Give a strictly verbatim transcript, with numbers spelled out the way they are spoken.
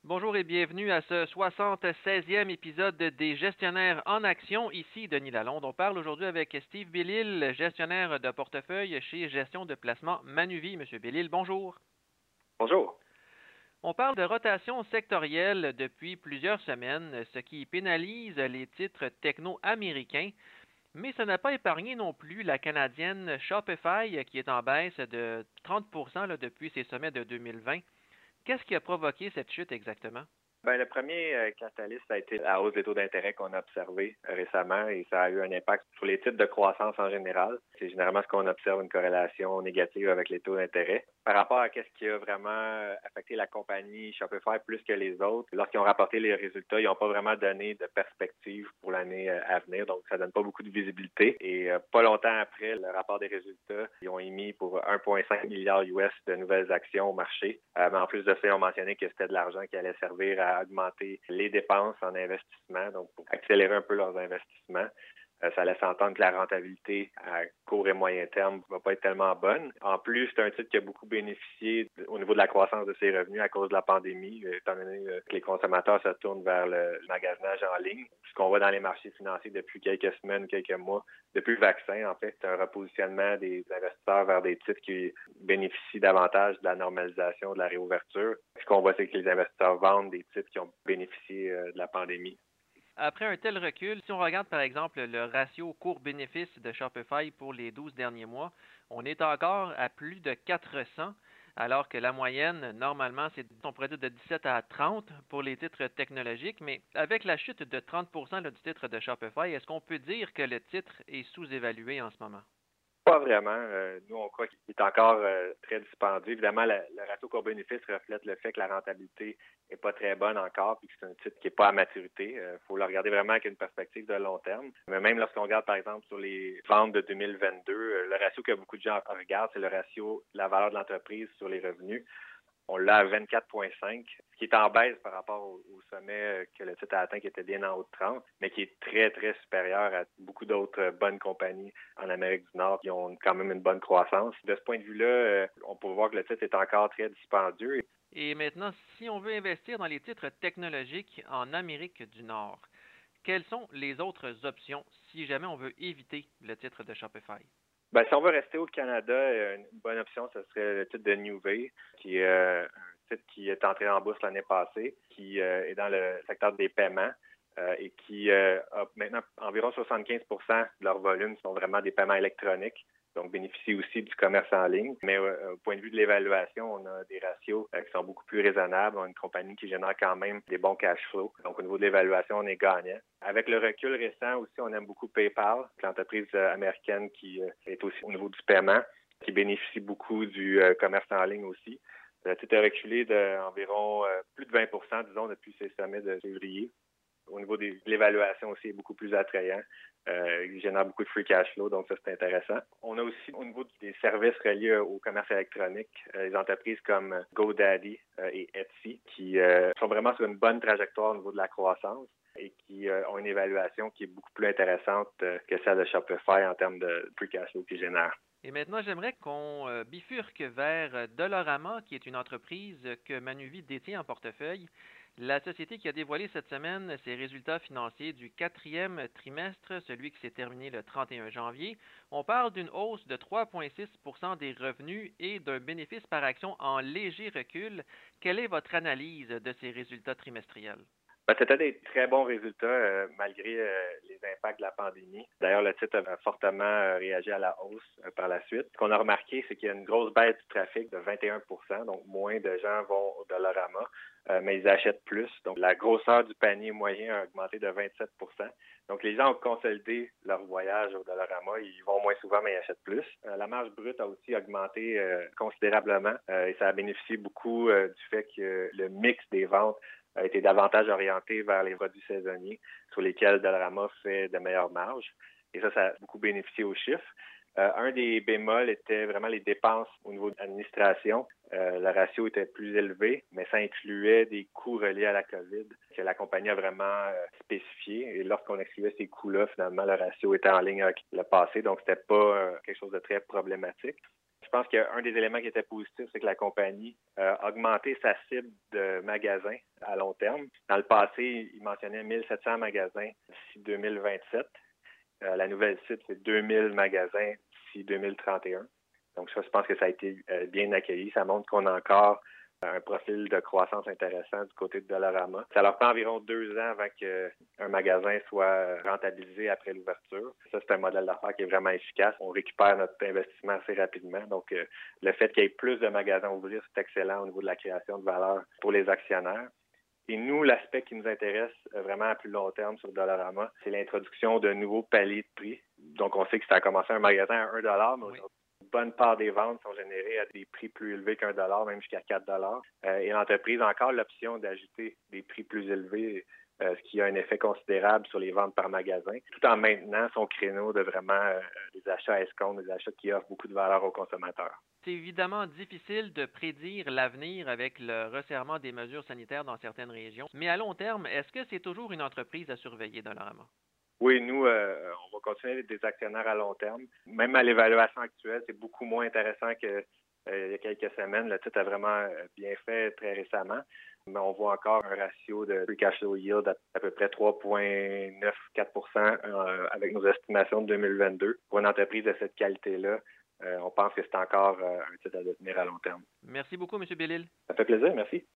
Bonjour et bienvenue à ce soixante-seizième épisode des Gestionnaires en action. Ici Denis Lalonde. On parle aujourd'hui avec Steve Bellil, gestionnaire de portefeuille chez Gestion de placement Manuvie. Monsieur Bellil, bonjour. Bonjour. On parle de rotation sectorielle depuis plusieurs semaines, ce qui pénalise les titres techno-américains, mais ça n'a pas épargné non plus la Canadienne Shopify qui est en baisse de trente pour cent là, depuis ses sommets de deux mille vingt. Qu'est-ce qui a provoqué cette chute exactement? Ben, le premier euh, catalyste a été la hausse des taux d'intérêt qu'on a observé euh, récemment et ça a eu un impact sur les titres de croissance en général. C'est généralement ce qu'on observe, une corrélation négative avec les taux d'intérêt. Par rapport à ce qui a vraiment affecté la compagnie Shopify plus que les autres, lorsqu'ils ont rapporté les résultats, ils n'ont pas vraiment donné de perspective pour l'année à venir, donc ça donne pas beaucoup de visibilité. Et euh, pas longtemps après le rapport des résultats, ils ont émis pour un virgule cinq milliard U S de nouvelles actions au marché. Euh, mais en plus de ça, ils ont mentionné que c'était de l'argent qui allait servir à augmenter les dépenses en investissement, donc pour accélérer un peu leurs investissements. Euh, ça laisse entendre que la rentabilité à court et moyen terme ne va pas être tellement bonne. En plus, c'est un titre qui a beaucoup bénéficié au niveau de la croissance de ses revenus à cause de la pandémie, étant donné que les consommateurs se tournent vers le magasinage en ligne. Ce qu'on voit dans les marchés financiers depuis quelques semaines, quelques mois, depuis le vaccin, en fait, c'est un repositionnement des investisseurs vers des titres qui bénéficient davantage de la normalisation, de la réouverture. Ce qu'on voit, c'est que les investisseurs vendent des titres qui ont bénéficié de la pandémie. Après un tel recul, si on regarde par exemple le ratio court-bénéfice de Shopify pour les douze derniers mois, on est encore à plus de quatre cents, alors que la moyenne, normalement, c'est on pourrait dire de dix-sept à trente pour les titres technologiques, mais avec la chute de trente pour cent là, du titre de Shopify, est-ce qu'on peut dire que le titre est sous-évalué en ce moment? Pas vraiment. Euh, nous, on croit qu'il est encore euh, très dispendieux. Évidemment, la, le ratio court-bénéfice reflète le fait que la rentabilité n'est pas très bonne encore puis que c'est un titre qui n'est pas à maturité. Il euh, faut le regarder vraiment avec une perspective de long terme. Mais même lorsqu'on regarde, par exemple, sur les ventes de deux mille vingt-deux, euh, le ratio que beaucoup de gens regardent, c'est le ratio de la valeur de l'entreprise sur les revenus. On l'a à vingt-quatre virgule cinq, ce qui est en baisse par rapport au, au sommet que le titre a atteint, qui était bien en haut de trente, mais qui est très, très supérieur à beaucoup d'autres bonnes compagnies en Amérique du Nord qui ont quand même une bonne croissance. De ce point de vue-là, on peut voir que le titre est encore très dispendieux. Et maintenant, si on veut investir dans les titres technologiques en Amérique du Nord, quelles sont les autres options si jamais on veut éviter le titre de Shopify? Ben, si on veut rester au Canada, une bonne option, ce serait le titre de Nuvei, qui est euh, un titre qui est entré en bourse l'année passée, qui euh, est dans le secteur des paiements euh, et qui euh, a maintenant environ soixante-quinze pour cent de leur volume sont vraiment des paiements électroniques. Donc, bénéficie aussi du commerce en ligne. Mais euh, au point de vue de l'évaluation, on a des ratios euh, qui sont beaucoup plus raisonnables. On a une compagnie qui génère quand même des bons cash flows. Donc, au niveau de l'évaluation, on est gagnant. Avec le recul récent aussi, on aime beaucoup PayPal, l'entreprise euh, américaine qui euh, est aussi au niveau du paiement, qui bénéficie beaucoup du euh, commerce en ligne aussi. Le titre a reculé d'environ euh, plus de vingt pour cent, disons, depuis ses sommets de février. Au niveau de l'évaluation aussi, est beaucoup plus attrayant. Euh, il génère beaucoup de free cash flow, donc ça, c'est intéressant. On a aussi, au niveau des services reliés au commerce électronique, euh, les entreprises comme GoDaddy euh, et Etsy, qui euh, sont vraiment sur une bonne trajectoire au niveau de la croissance et qui euh, ont une évaluation qui est beaucoup plus intéressante euh, que celle de Shopify en termes de free cash flow qu'ils génèrent. Et maintenant, j'aimerais qu'on euh, bifurque vers Dollarama, qui est une entreprise que Manuvie détient en portefeuille. La société qui a dévoilé cette semaine ses résultats financiers du quatrième trimestre, celui qui s'est terminé le trente et un janvier, on parle d'une hausse de trois virgule six pour cent des revenus et d'un bénéfice par action en léger recul. Quelle est votre analyse de ces résultats trimestriels? Ben, c'était des très bons résultats euh, malgré euh, les impacts de la pandémie. D'ailleurs, le titre a fortement euh, réagi à la hausse euh, par la suite. Ce qu'on a remarqué, c'est qu'il y a une grosse baisse du trafic de vingt et un pour cent, donc moins de gens vont au Dollarama, euh, mais ils achètent plus. Donc, la grosseur du panier moyen a augmenté de vingt-sept pour cent. Donc, les gens ont consolidé leur voyage au Dollarama. Ils vont moins souvent, mais ils achètent plus. Euh, la marge brute a aussi augmenté euh, considérablement euh, et ça a bénéficié beaucoup euh, du fait que le mix des ventes a été davantage orienté vers les produits saisonniers sur lesquels Dollarama fait de meilleures marges. Et ça, ça a beaucoup bénéficié aux chiffres. Euh, un des bémols était vraiment les dépenses au niveau de l'administration. Euh, le ratio était plus élevé, mais ça incluait des coûts reliés à la COVID que la compagnie a vraiment euh, spécifié. Et lorsqu'on excluait ces coûts-là, finalement, le ratio était en ligne avec le passé, donc c'était pas euh, quelque chose de très problématique. Ce Je pense qu'un des éléments qui était positif, c'est que la compagnie a augmenté sa cible de magasins à long terme. Dans le passé, il mentionnait mille sept cents magasins d'ici deux mille vingt-sept. Euh, la nouvelle cible, c'est deux mille magasins d'ici deux mille trente et un. Donc ça, je pense que ça a été euh, bien accueilli. Ça montre qu'on a encore un profil de croissance intéressant du côté de Dollarama. Ça leur prend environ deux ans avant qu'un magasin soit rentabilisé après l'ouverture. Ça, c'est un modèle d'affaires qui est vraiment efficace. On récupère notre investissement assez rapidement. Donc, euh, le fait qu'il y ait plus de magasins à ouvrir, c'est excellent au niveau de la création de valeur pour les actionnaires. Et nous, l'aspect qui nous intéresse vraiment à plus long terme sur Dollarama, c'est l'introduction de nouveaux paliers de prix. Donc, on sait que ça a commencé un magasin à un dollar, mais aujourd'hui, une bonne part des ventes sont générées à des prix plus élevés qu'un dollar, même jusqu'à quatre dollars. Euh, et l'entreprise a encore l'option d'ajouter des prix plus élevés, euh, ce qui a un effet considérable sur les ventes par magasin, tout en maintenant son créneau de vraiment euh, des achats à escompte, des achats qui offrent beaucoup de valeur aux consommateurs. C'est évidemment difficile de prédire l'avenir avec le resserrement des mesures sanitaires dans certaines régions, mais à long terme, est-ce que c'est toujours une entreprise à surveiller, Dollarama? Oui, nous, euh, on va continuer d'être des actionnaires à long terme. Même à l'évaluation actuelle, c'est beaucoup moins intéressant qu'il euh, y a quelques semaines. Le titre a vraiment bien fait très récemment. Mais on voit encore un ratio de free cash flow yield à, à peu près trois virgule neuf quatre pour cent euh, avec nos estimations de deux mille vingt-deux. Pour une entreprise de cette qualité-là, euh, on pense que c'est encore euh, un titre à détenir à long terme. Merci beaucoup, M. Bellil. Ça fait plaisir, merci.